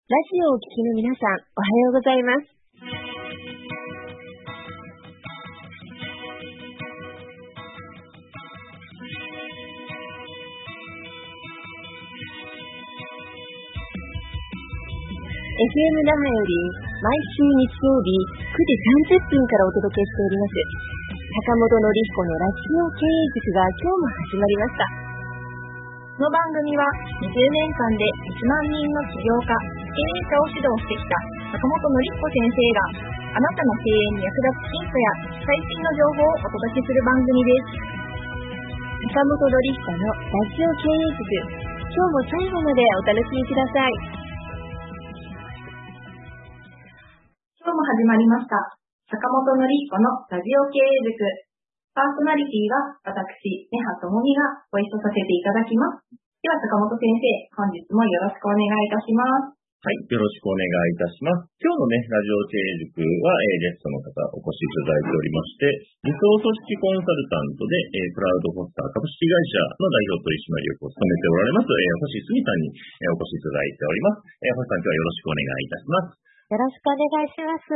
ラジオをお聞きの皆さん、おはようございます。FM 那覇より毎週日曜日9時30分からお届けしております坂本典彦のラジオ経営塾が今日も始まりました。 この番組は20年間で1万人の起業家、経営者を指導してきた坂本典彦先生があなたの経営に役立つヒントや最新の情報をお届けする番組です。 坂本典彦のラジオ経営塾、今日も最後までお楽しみください。 今日も始まりました坂本典彦のラジオ経営塾。パーソナリティは私、根葉智美がご一緒させていただきます。では坂本先生、本日もよろしくお願いいたします。 はい、よろしくお願いいたします。今日のね、ラジオ経営塾は、ゲストの方お越しいただいておりまして、理想組織コンサルタントで、クラウドフォスター株式会社の代表取締役を務めておられます、星澄さんに、お越しいただいております。星さん、今日はよろしくお願いいたします。 よろしくお願いします。 はい。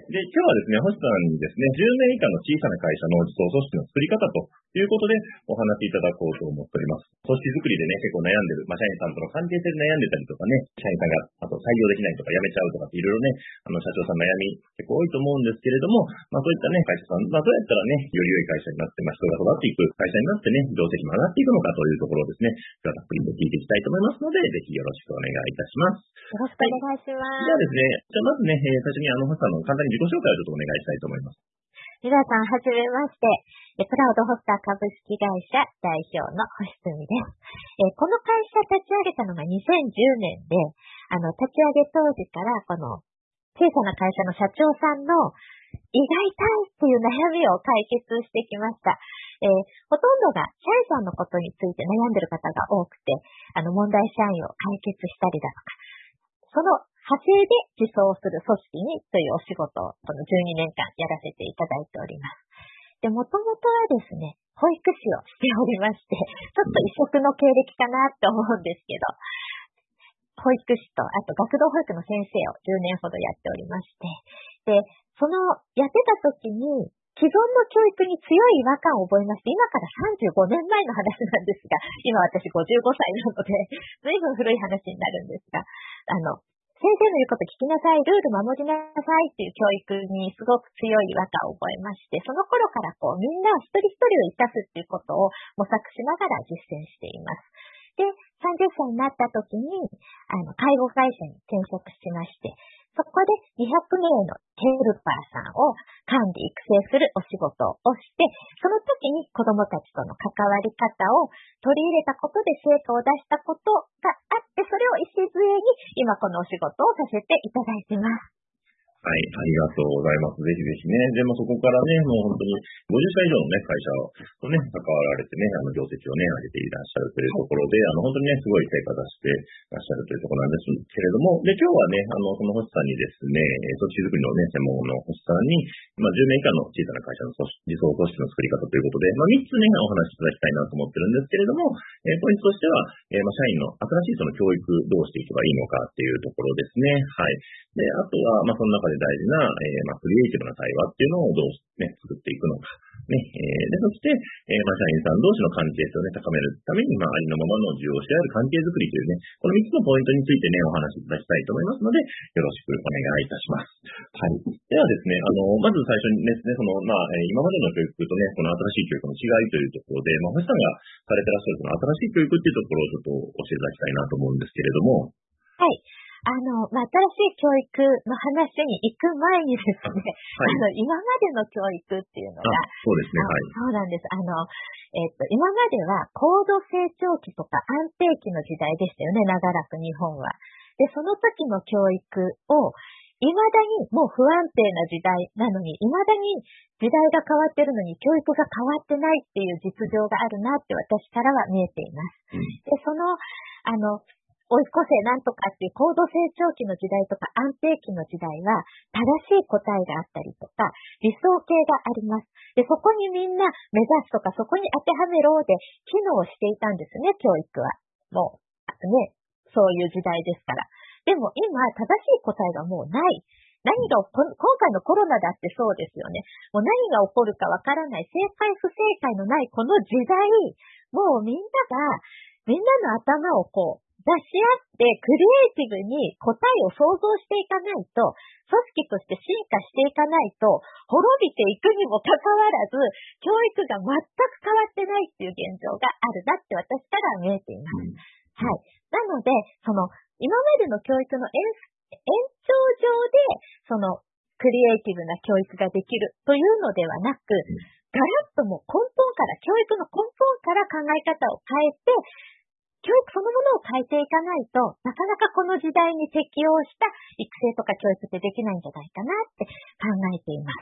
で、今日はですね、星さんにですね、10名以下の小さな会社の自走組織の作り方ということでお話しいただこうと思っております。組織作りでね、結構悩んでる、社員さんとの関係性で悩んでたりとかね、社員さんがあと採用できないとか辞めちゃうとかっていろいろね、社長さん悩み結構多いと思うんですけれども、そういったね、会社さん、どうやったらね、より良い会社になって、人が育っていく会社になってね、業績も上がっていくのかというところをですね、今日はたっぷりと聞いていきたいと思いますので、ぜひよろしくお願いいたします。 よろしくお願いします。 ではですね、じゃあまずね、最初に星さんの簡単に自己紹介をちょっとお願いしたいと思います。 皆さん、はじめまして。クラウドホスター株式会社代表の星澄です。この会社立ち上げたのが2010年で、立ち上げ当時からこの小さな会社の社長さんの胃が痛いっていう悩みを解決してきました。ほとんどが社員さんのことについて悩んでる方が多くて、問題社員を解決したりだとか、その派生で自走する組織にというお仕事をこの12年間やらせていただいております。で、もともとはですね、保育士をしておりまして、ちょっと異色の経歴かなって思うんですけど、保育士と、あと学童保育の先生を10年ほどやっておりまして、で、そのやってた時に、既存の教育に強い違和感を覚えまして、今から35年前の話なんですが、今私55歳なので、随分古い話になるんですが、先生の言うこと聞きなさい、ルール守りなさいっていう教育にすごく強い違和感を覚えまして、その頃からみんな一人一人を生かすっていうことを模索しながら実践しています。で、30歳になった時に、介護会社に転職しまして、そこで200名のヘルパーさんを管理育成するお仕事をして、その時に子どもたちとの関わり方を取り入れたことで成果を出したことがあって、それを礎に今このお仕事をさせていただいています。 はい、ありがとうございます。ぜひぜひね。でもそこからね、もう本当に50社以上のね、会社とね、関わられてね、業績をね、上げていらっしゃるというところで、本当にね、すごい成果出していらっしゃるというところなんですけれども、で、今日はね、その星さんにですね、組織作りのね、専門の星さんに、10名以下の小さな会社の自走組織の作り方ということで、3つね、お話しいただきたいなと思ってるんですけれども、ポイントとしては、社員の新しいその教育どうしていけばいいのかっていうところですね。はい。で、あとは、その中で大事な、クリエイティブな対話っていうのをどうね、作っていくのか。ね、で、そして、社員さん同士の関係性をね、高めるために、ありのままの需要し合える関係づくりというね、この3つのポイントについてね、お話しいただきたいと思いますので、よろしくお願いいたします。はい。ではですね、まず最初にですね、今までの教育とね、この新しい教育の違いというところで、星さんがされてらっしゃるその新しい教育っていうところをちょっと教えていただきたいなと思うんですけれども。 はい。新しい教育の話に行く前にですね、はい、今までの教育っていうのが、 そうですね、はい。 そうなんです。今までは高度成長期とか安定期の時代でしたよね、長らく日本は。で、その時の教育を、未だにもう不安定な時代なのに、未だに時代が変わってるのに教育が変わってないっていう実情があるなって私からは見えています。で、その、追い越せなんとかっていう高度成長期の時代とか安定期の時代は正しい答えがあったりとか理想形があります。で、そこにみんな目指すとかそこに当てはめろで機能していたんですね、教育は。もう、ね、そういう時代ですから。 でも今、正しい答えがもうない。今回のコロナだってそうですよね。もう何が起こるかわからない、正解不正解のないこの時代、もうみんなの頭をこう出し合ってクリエイティブに答えを想像していかないと、組織として進化していかないと、滅びていくにもかかわらず、教育が全く変わってないっていう現状があるなって私からは見えています。はい。なので、今までの教育の延長上で、クリエイティブな教育ができるというのではなく、ガラッともう根本から、教育の根本から考え方を変えて、教育そのものを変えていかないと、なかなかこの時代に適応した育成とか教育ってできないんじゃないかなって考えています。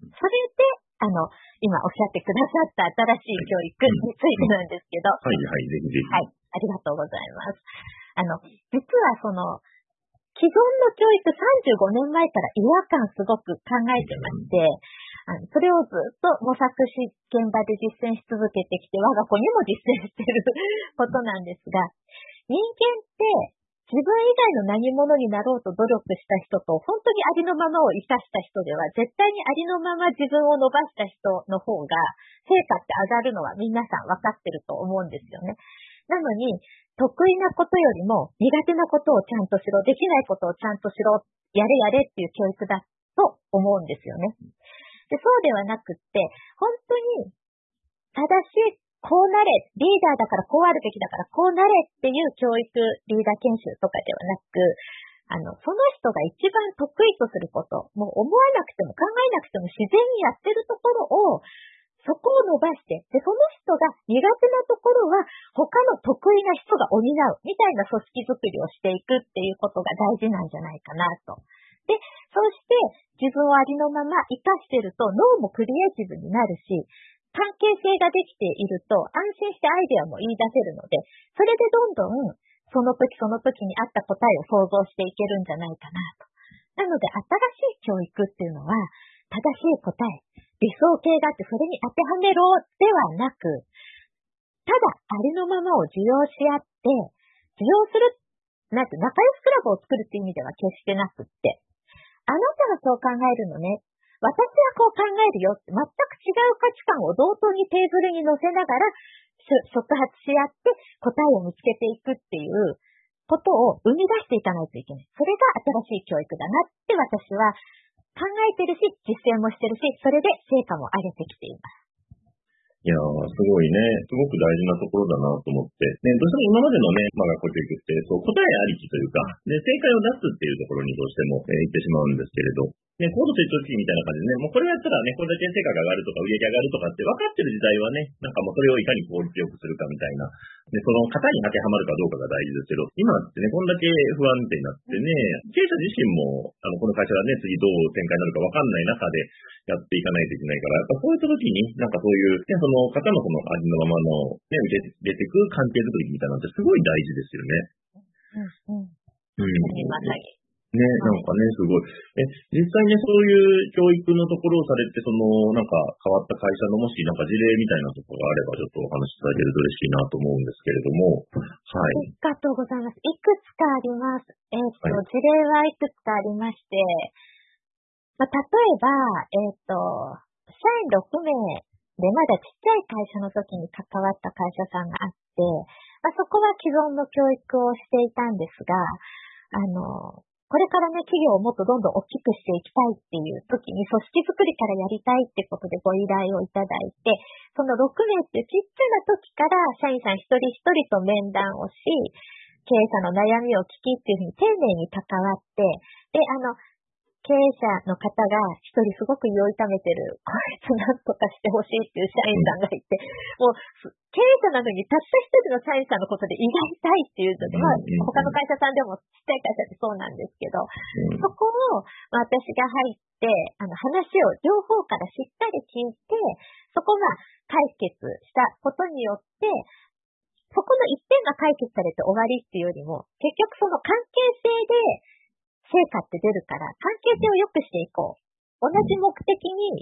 それで、今おっしゃってくださった新しい教育についてなんですけど。 はい、はい、ぜひぜひ。 はい、ありがとうございます。実は既存の教育35年前から違和感すごく考えてまして、それをずっと模索し、現場で実践し続けてきて、我が子にも実践していることなんですが、人間って自分以外の何者になろうと努力した人と、本当にありのままを生かした人では、絶対にありのまま自分を伸ばした人の方が、成果って上がるのは皆さん分かってると思うんですよね。なのに、得意なことよりも苦手なことをちゃんとしろ、できないことをちゃんとしろ、やれやれっていう教育だと思うんですよね。で、そうではなくって、本当に正しい、こうなれ、リーダーだからこうあるべきだからこうなれっていう教育、リーダー研修とかではなく、その人が一番得意とすること、もう思わなくても考えなくても自然にやってるところを、そこを伸ばして、で、その人が苦手なところは他の得意な人が補うみたいな組織づくりをしていくっていうことが大事なんじゃないかなと。で、そうして自分をありのまま活かしてると脳もクリエイティブになるし、関係性ができていると安心してアイデアも言い出せるので、それでどんどんその時その時に合った答えを想像していけるんじゃないかなと。なので新しい教育っていうのは正しい答え、理想形があってそれに当てはめろではなく、ただありのままを受容し合って、受容する、仲良しクラブを作るっていう意味では決してなくって、あなたがそう考えるのね、私はこう考えるよって、全く違う価値観を同等にテーブルに乗せながら触発し合って答えを見つけていくっていうことを生み出していかないといけない。それが新しい教育だなって私は考えてるし、実践もしてるし、それで成果も上げてきています。 いやー、すごいね。すごく大事なところだなと思って。ね、どうしても今までのね、学校教育って、答えありきというか、で、正解を出すっていうところにどうしても、行ってしまうんですけれど、ね、高度成長期みたいな感じでね、もうこれをやったらね、これだけ成果が上がるとか、売り上げ上がるとかって分かってる時代はね、もうそれをいかに効率よくするかみたいな、で、その型に当てはまるかどうかが大事ですけど、今ってね、こんだけ不安定になってね、経営者自身も、この会社がね、次どう展開になるか分かんない中でやっていかないといけないから、やっぱそういった時に、そういう、ね、その方のそのありのままの、ね、受け入れていく関係づくりみたいなのってすごい大事ですよね。 まさに。 ね、すごい。実際ね、そういう教育のところをされて、変わった会社のもし、事例みたいなところがあれば、ちょっとお話しいただけると嬉しいなと思うんですけれども。はい。 ありがとうございます。いくつかあります。事例はいくつかありまして、例えば、社員6名でまだちっちゃい会社の時に関わった会社さんがあって、そこは既存の教育をしていたんですが、これからね、企業をもっとどんどん大きくしていきたいっていう時に組織づくりからやりたいってことでご依頼をいただいて、その6名っていうちっちゃな時から社員さん一人一人と面談をし、経営者の悩みを聞きっていうふうに丁寧に関わって、で、経営者の方が一人すごく酔いためてる、こいつなんとかしてほしいっていう社員さんがいて、もう経営者なのにたった一人の社員さんのことで胃が痛いっていうので、他の会社さんでもちっちゃい会社ってそうなんですけど、そこを私が入って、話を両方からしっかり聞いて、そこが解決したことによって、そこの一点が解決されて終わりっていうよりも、結局その関係性で成果って出るから、関係性を良くしていこう。同じ目的に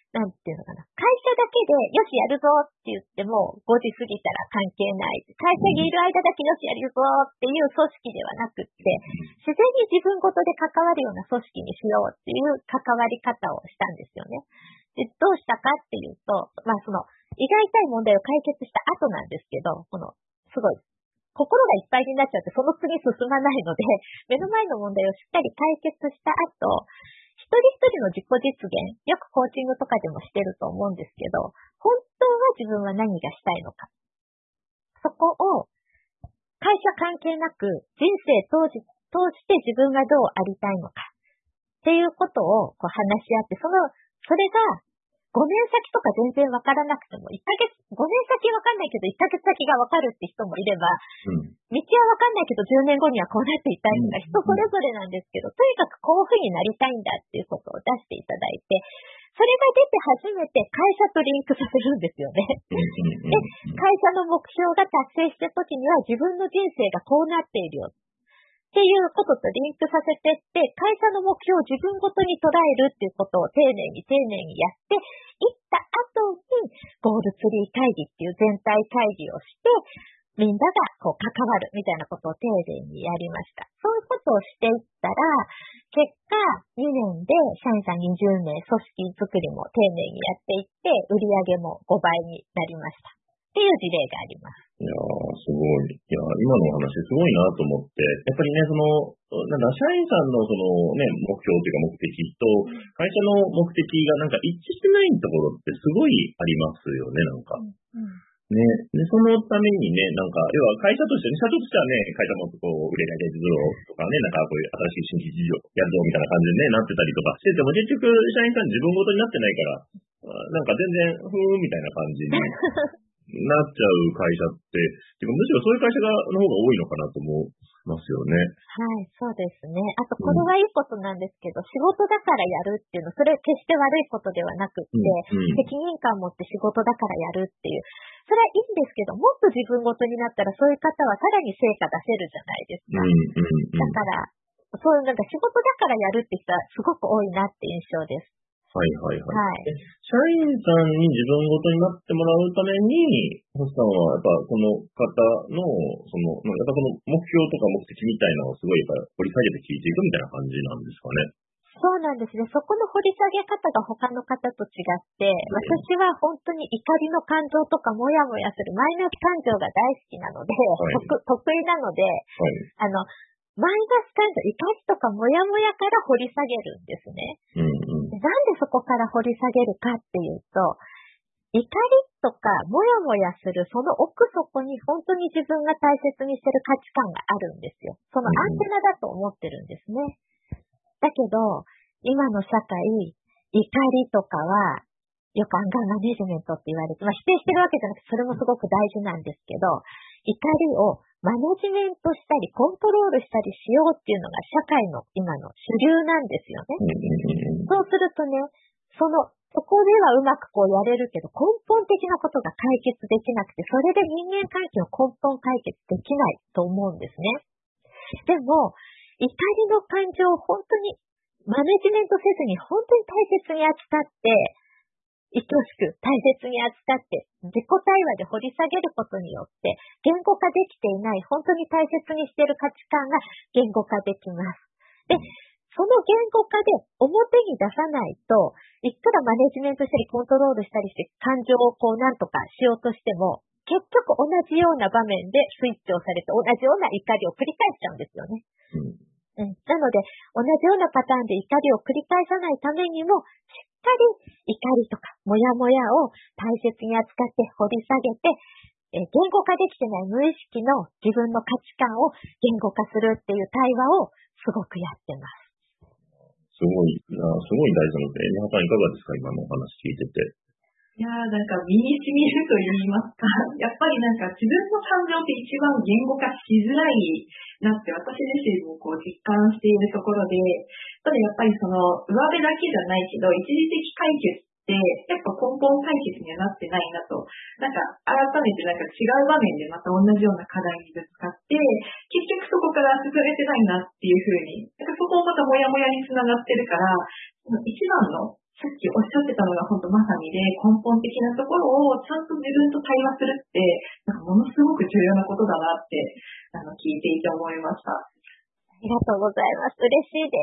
なんていうのかな。会社だけで、よし、やるぞって言っても、5時過ぎたら関係ない。会社にいる間だけよし、やるぞっていう組織ではなくって、自然に自分ごとで関わるような組織にしようっていう関わり方をしたんですよね。で、どうしたかっていうと、まあその、胃が痛い問題を解決した後なんですけど、すごい、心がいっぱいになっちゃって、その次進まないので、目の前の問題をしっかり解決した後、一人一人の自己実現、よくコーチングとかでもしてると思うんですけど、本当は自分は何がしたいのか。そこを、会社関係なく、人生通して自分がどうありたいのか。っていうことをこう話し合って、それが、5年先とか全然わからなくても、5年先わかんないけど1ヶ月先がわかるって人もいれば、道はわかんないけど10年後にはこうなっていたいとか、人それぞれなんですけど、とにかくこういうふうになりたいんだっていうことを出していただいて、それが出て初めて会社とリンクさせるんですよね。で、会社の目標が達成した時には自分の人生がこうなっているよ。っていうこととリンクさせてって、会社の目標を自分ごとに捉えるっていうことを丁寧にやっていった後に、ゴールツリー会議っていう全体会議をして、みんながこう関わるみたいなことを丁寧にやりました。そういうことをしていったら、結果2年で社員さん20名、組織作りも丁寧にやっていって、売上も5倍になりました。っていう事例があります。 いやー、すごい。いや、今のお話すごいなと思って、やっぱりね、社員さんの目標というか目的と、会社の目的が一致してないところってすごいありますよね、ね。で、そのためにね、要は会社として、社長としてはね、会社もこう、売れ上げ増とかね、こういう新しい新規事業やるぞみたいな感じでね、なってたりとかしてても、結局、社員さん自分ごとになってないから、全然、ふーんみたいな感じになっちゃう会社って、むしろそういう会社の方が多いのかなと思いますよね。 はい、そうですね。あと、これはいいことなんですけど、仕事だからやるっていうの、それ決して悪いことではなくって、責任感を持って仕事だからやるっていう、それはいいんですけど、もっと自分ごとになったら、そういう方はさらに成果出せるじゃないですか。だから、そういう仕事だからやるって人はすごく多いなって印象です。 はい。社員さんに自分ごとになってもらうために、星さんはやっぱこの方の、やっぱこの目標とか目的みたいなのをすごいやっぱ掘り下げて聞いていくみたいな感じなんですかね。 そうなんですね。そこの掘り下げ方が他の方と違って、私は本当に怒りの感情とかモヤモヤするマイナス感情が大好きなので、得意なので、マイナス感情、怒りとかモヤモヤから掘り下げるんですね。なんでそこから掘り下げるかっていうと、怒りとかモヤモヤするその奥底に本当に自分が大切にしてる価値観があるんですよ。そのアンテナだと思ってるんですね。だけど、今の社会、怒りとかは、よくアンガーマネジメントって言われて、否定してるわけじゃなくて、それもすごく大事なんですけど、怒りをマネジメントしたり、コントロールしたりしようっていうのが社会の今の主流なんですよね。そうするとね、そこではうまくこうやれるけど、根本的なことが解決できなくて、それで人間関係を根本解決できないと思うんですね。でも、怒りの感情を本当にマネジメントせずに本当に大切に扱って、愛しく大切に扱って、自己対話で掘り下げることによって、言語化できていない、本当に大切にしている価値観が言語化できます。で、その言語化で表に出さないと、いくらマネジメントしたりコントロールしたりして感情をこうなんとかしようとしても、結局同じような場面でスイッチをされて同じような怒りを繰り返しちゃうんですよね。なので、同じようなパターンで怒りを繰り返さないためにも、しっかり怒りとかモヤモヤを大切に扱って掘り下げて、言語化できてない無意識の自分の価値観を言語化するっていう対話をすごくやってます。 すごい大事なので、皆さんいかがですか、今のお話聞いてて。 いやー、身に染みると言いますか、やっぱり自分の感情って一番言語化しづらいなって私自身もこう実感しているところで、ただやっぱりその上辺だけじゃないけど、一時的解決ってやっぱ根本解決にはなってないなと、改めて違う場面でまた同じような課題にぶつかって、結局そこから進めてないなっていうふうに、そこもまたモヤモヤにつながってるから、一番のさっきおっしゃってたのが本当まさにで、根本的なところをちゃんと自分と対話するって、なんかものすごく重要なことだなって、聞いていて思いました。 ありがとうございます。嬉しいです。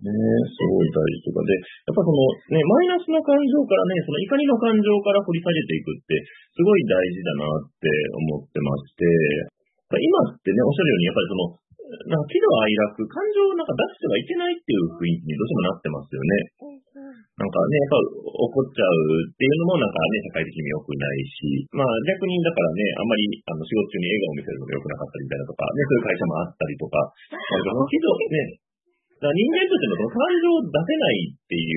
ねすごい大事とかで、やっぱそのね、マイナスの感情からね、その怒りの感情から掘り下げていくって、すごい大事だなって思ってまして、今ってね、おっしゃるように、やっぱりその、なんか喜怒哀楽、感情をなんか出してはいけないっていう雰囲気にどうしてもなってますよね。なんかね、やっぱ怒っちゃうっていうのもなんかね、社会的に良くないし、まあ逆にだからね、あんまり仕事中に笑顔を見せるのが良くなかったりみたいなとか、ね、そういう会社もあったりとか、喜怒ね、だから人間としてのその感情を出せないっていう、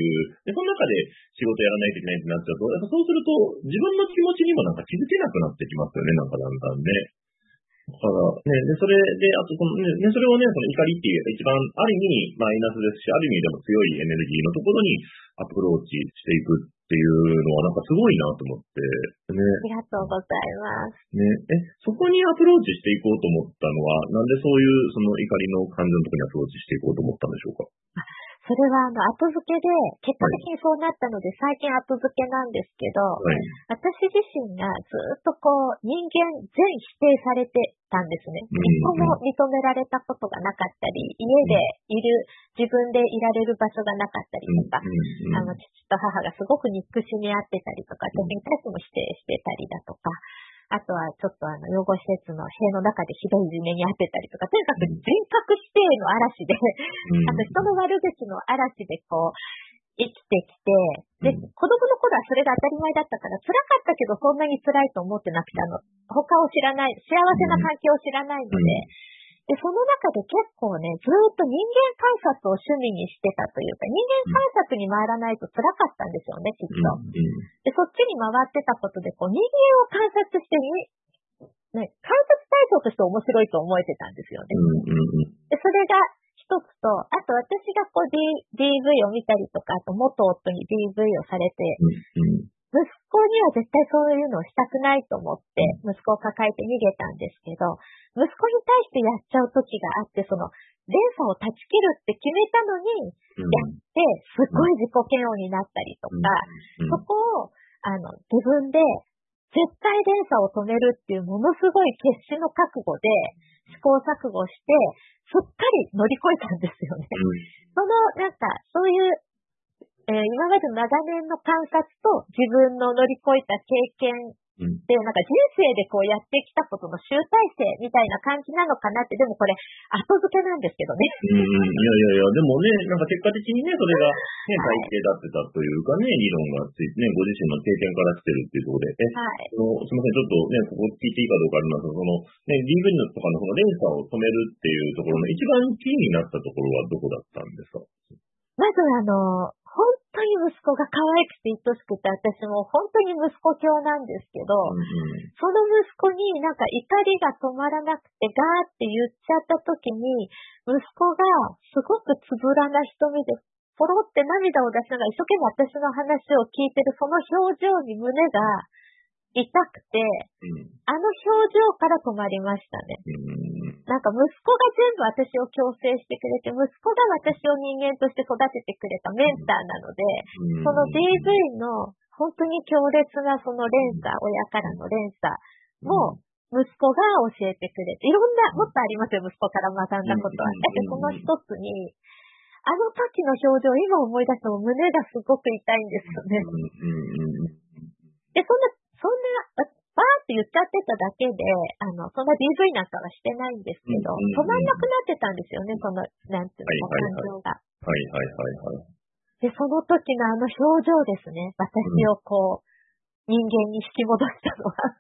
で、その中で仕事やらないといけないってなっちゃうと、やっぱそうすると自分の気持ちにもなんか気づけなくなってきますよね、なんかだんだんね。だからね、で、それで、あとそのね、それをね、その怒りっていう一番ある意味マイナスですし、ある意味でも強いエネルギーのところにアプローチしていくっていうのはなんかすごいなと思って、ね。 ありがとうございます。 ね、そこにアプローチしていこうと思ったのは、なんでそういうその怒りの感情のところにアプローチしていこうと思ったんでしょうか？ それは後付けで、結果的にそうなったので、最近後付けなんですけど、私自身がずっとこう、人間全否定されてたんですね。一個も認められたことがなかったり、家でいる、自分でいられる場所がなかったりとか、父と母がすごく憎しみ合ってたりとか、私に対しても否定してたりだとか、あとはちょっと養護施設の塀の中でひどいいじめにあってたりとか、とにかく人格否定の嵐で、あと人の悪口の嵐でこう、生きてきて、で、子供の頃はそれが当たり前だったから、辛かったけどそんなに辛いと思ってなくて、他を知らない、幸せな環境を知らないので、で、その中で結構ね、ずっと人間観察を趣味にしてたというか、人間観察に回らないと辛かったんですよね、きっと。で、そっちに回ってたことで、こう、人間を観察して観察対象として面白いと思えてたんですよね。で、それが一つと、あと私がこう、DV を見たりとか、あと元夫に DV をされて、息子には絶対そういうのをしたくないと思って、息子を抱えて逃げたんですけど、息子に対してやっちゃう時があって、その、連鎖を断ち切るって決めたのに、やって、すっごい自己嫌悪になったりとか、そこを、自分で、絶対連鎖を止めるっていうものすごい決死の覚悟で、試行錯誤して、すっかり乗り越えたんですよね。その、なんか、そういう、今までの長年の観察と自分の乗り越えた経験で、なんか人生でこうやってきたことの集大成みたいな感じなのかなって、でもこれ後付けなんですけどね。 いや、でもね、なんか結果的にね、それがね、体系立ってたというかね、理論がついてね、ご自身の経験から来てるっていうところで、すみません、ちょっとね、ここ聞いていいかどうかあるのは、そのね、DV とかのその連鎖を止めるっていうところの一番キーになったところはどこだったんですか？ まず本当に息子が可愛くて愛しくて、私も本当に息子教なんですけど、その息子になんか怒りが止まらなくてガーって言っちゃった時に、息子がすごくつぶらな瞳でポロって涙を出しながら一生懸命私の話を聞いてるその表情に胸が痛くて、あの表情から止まりましたね。なんか息子が全部私を矯正してくれて、息子が私を人間として育ててくれたメンターなので、その DV の本当に強烈なその連鎖、親からの連鎖も息子が教えてくれて、いろんな、もっとありますよ、息子から学んだことは。だけどその一つに、あの時の表情、今思い出しても胸がすごく痛いんですよね。で、そんな、バーって言っちゃってただけで、そんな DV なんかはしてないんですけど、止まんなくなってたんですよね、その、なんていうの、感情が。で、その時のあの表情ですね、私をこう、人間に引き戻したのは。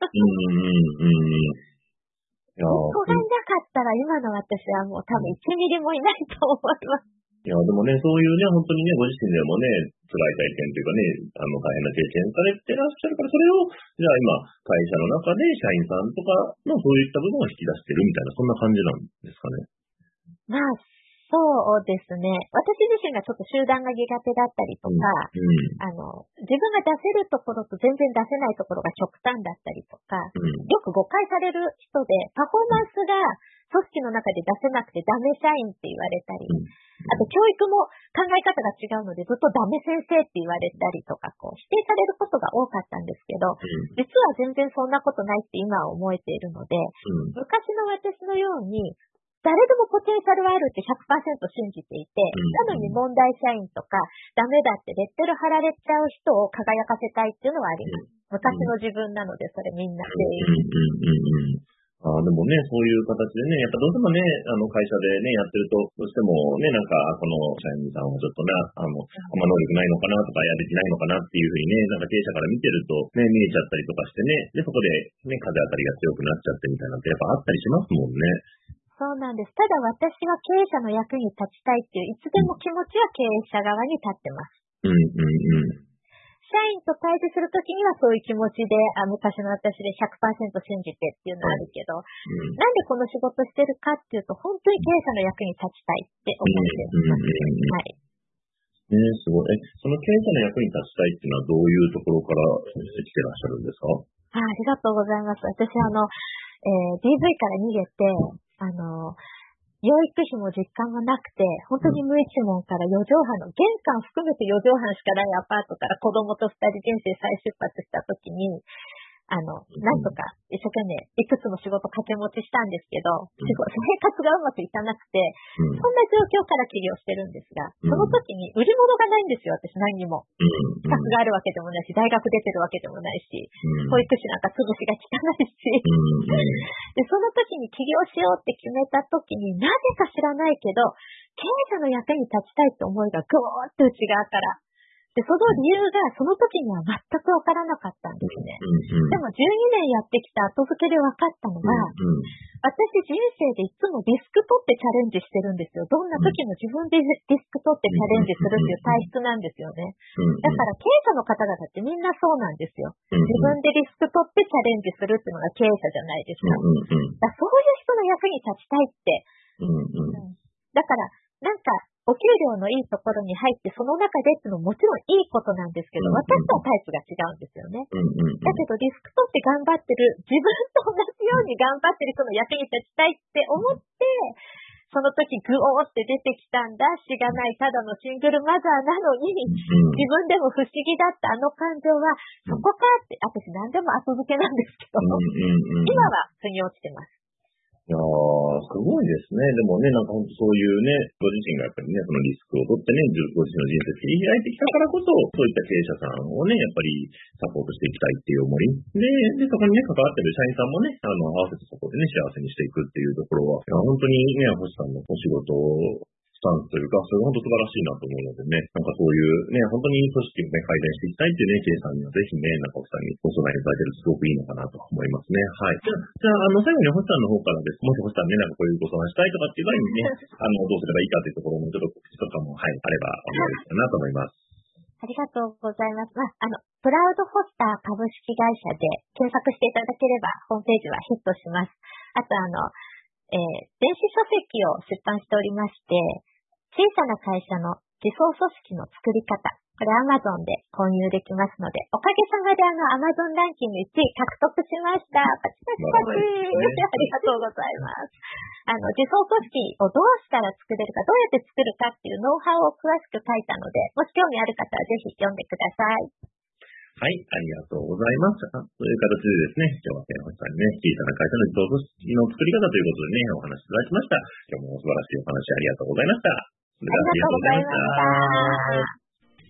息子がいなかったら今の私はもう多分1ミリもいないと思います。 いや、でもね、そういうね、本当にね、ご自身でもね、辛い体験というかね、大変な経験されてらっしゃるから、それを、じゃあ今、会社の中で社員さんとかのそういった部分を引き出してるみたいな、そんな感じなんですかね。 まあ、そうですね。私自身がちょっと集団が苦手だったりとか、自分が出せるところと全然出せないところが極端だったりとか、よく誤解される人で、パフォーマンスが組織の中で出せなくてダメ社員って言われたり、 あと教育も考え方が違うのでずっとダメ先生って言われたりとか、否定されることが多かったんですけど、実は全然そんなことないって今は思えているので、昔の私のように、誰でもポテンシャルはあるって 100% 信じていて、なのに問題社員とかダメだってレッテル貼られちゃう人を輝かせたいっていうのはあります。昔の自分なので、それみんな全員。 でもね、そういう形でね、やっぱどうしてもね、会社でね、やってると、どうしてもね、なんか、この社員さんはちょっとね、あんま能力ないのかなとか、できないのかなっていうふうにね、なんか経営者から見てると、ね、見えちゃったりとかしてね、で、そこでね、風当たりが強くなっちゃってみたいなのってやっぱあったりしますもんね。 そうなんです。ただ私は経営者の役に立ちたいっていう、いつでも気持ちは経営者側に立ってます。社員と対峙するときにはそういう気持ちで、昔の私で 100% 信じてっていうのはあるけど、なんでこの仕事してるかっていうと、本当に経営者の役に立ちたいって思ってます。はい。 すごい。その経営者の役に立ちたいっていうのはどういうところから来てらっしゃるんですか？ ありがとうございます。私DV から逃げて、養育費も実感がなくて、本当に無一文から4畳半の、玄関含めて4畳半しかないアパートから子供と2人人生再出発した時に、なんとか一生懸命いくつも仕事掛け持ちしたんですけど、生活がうまくいかなくて、そんな状況から起業してるんですが、その時に売り物がないんですよ、私何にも。資格があるわけでもないし、大学出てるわけでもないし、保育士なんか潰しが効かないし、で、その時に起業しようって決めた時に、なぜか知らないけど、経営者の役に立ちたいって思いがぐーっと内側から。で、その理由がその時には全くわからなかったんですね。でも12年やってきた後付けで分かったのが、私人生でいつもリスク取ってチャレンジしてるんですよ。どんな時も自分でリスク取ってチャレンジするっていう体質なんですよね。だから経営者の方々ってみんなそうなんですよ。自分でリスク取ってチャレンジするっていうのが経営者じゃないですか。だからそういう人の役に立ちたいって。だから、なんか、お給料のいいところに入って、その中でっていうのももちろんいいことなんですけど、私とはタイプが違うんですよね。だけど、リスク取って頑張ってる、自分と同じように頑張ってる人の役に立ちたいって思って、その時グオーって出てきたんだ、しがないただのシングルマザーなのに、自分でも不思議だったあの感情は、そこかって、私何でも後付けなんですけど、今は腑に落ちてます。 いやー、すごいですね。でもね、なんか本当そういうね、ご自身がやっぱりね、そのリスクを取ってね、ご自身の人生切り開いてきたからこそ、そういった経営者さんをね、やっぱりサポートしていきたいっていう思い。で、そこにね、関わってる社員さんもね、合わせてそこでね、幸せにしていくっていうところは、いや本当にね、星さんのお仕事を、スタンスというか、それが本当素晴らしいなと思うのでね、なんかそういうね、本当に組織をね、改善していきたいっていうね、経営さんにはぜひね、中尾さんにご相談いただけるとすごくいいのかなと思いますね。はい。じゃあ、最後に星さんの方からです。もし星さんね、なんかこういうご相談したいとかっていう場合にね、どうすればいいかというところもちょっと告知とかも、はい、あれば、かなと思います。 ありがとうございます。プラウドホスター株式会社で検索していただければ、ホームページはヒットします。あと電子書籍を出版しておりまして、小さな会社の自走組織の作り方、これ Amazon で購入できますので、おかげさまでAmazon ランキング1位獲得しました。パチパチパチ。ありがとうございます。自走組織をどうしたら作れるか、どうやって作るかっていうノウハウを詳しく書いたので、もし興味ある方はぜひ読んでください。 はい、ありがとうございます。という形でですね、今日は星さんにね、小さな会社の自走組織の作り方ということでね、お話しいただきました。今日も素晴らしいお話ありがとうございました。 ありがとうございました。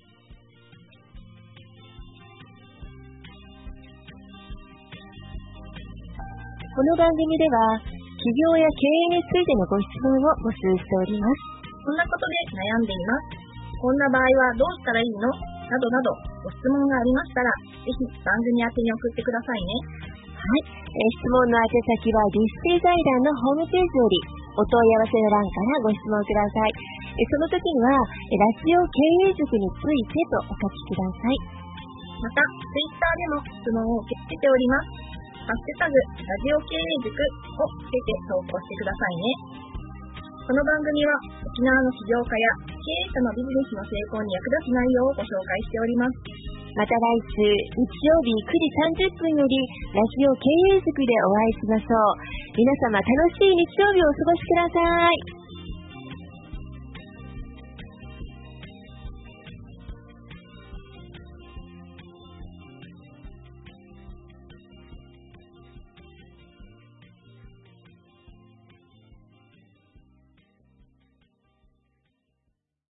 この番組では、起業や経営についてのご質問を募集しております。 こんなことで悩んでいます。こんな場合はどうしたらいいの？などなど、ご質問がありましたら、ぜひ番組宛てに送ってくださいね。 はい。質問の宛先はリステ財団のホームページより、お問い合わせの欄からご質問ください。その時には、ラジオ経営塾についてとお書きください。 また、ツイッターでも質問を受け付けております。ハッシュタグ、ラジオ経営塾をつけて投稿してくださいね。この番組は沖縄の起業家や経営者のビジネスの成功に役立つ内容をご紹介しております。 また来週日曜日9時30分よりラジオ経営塾でお会いしましょう。皆様楽しい日曜日をお過ごしください。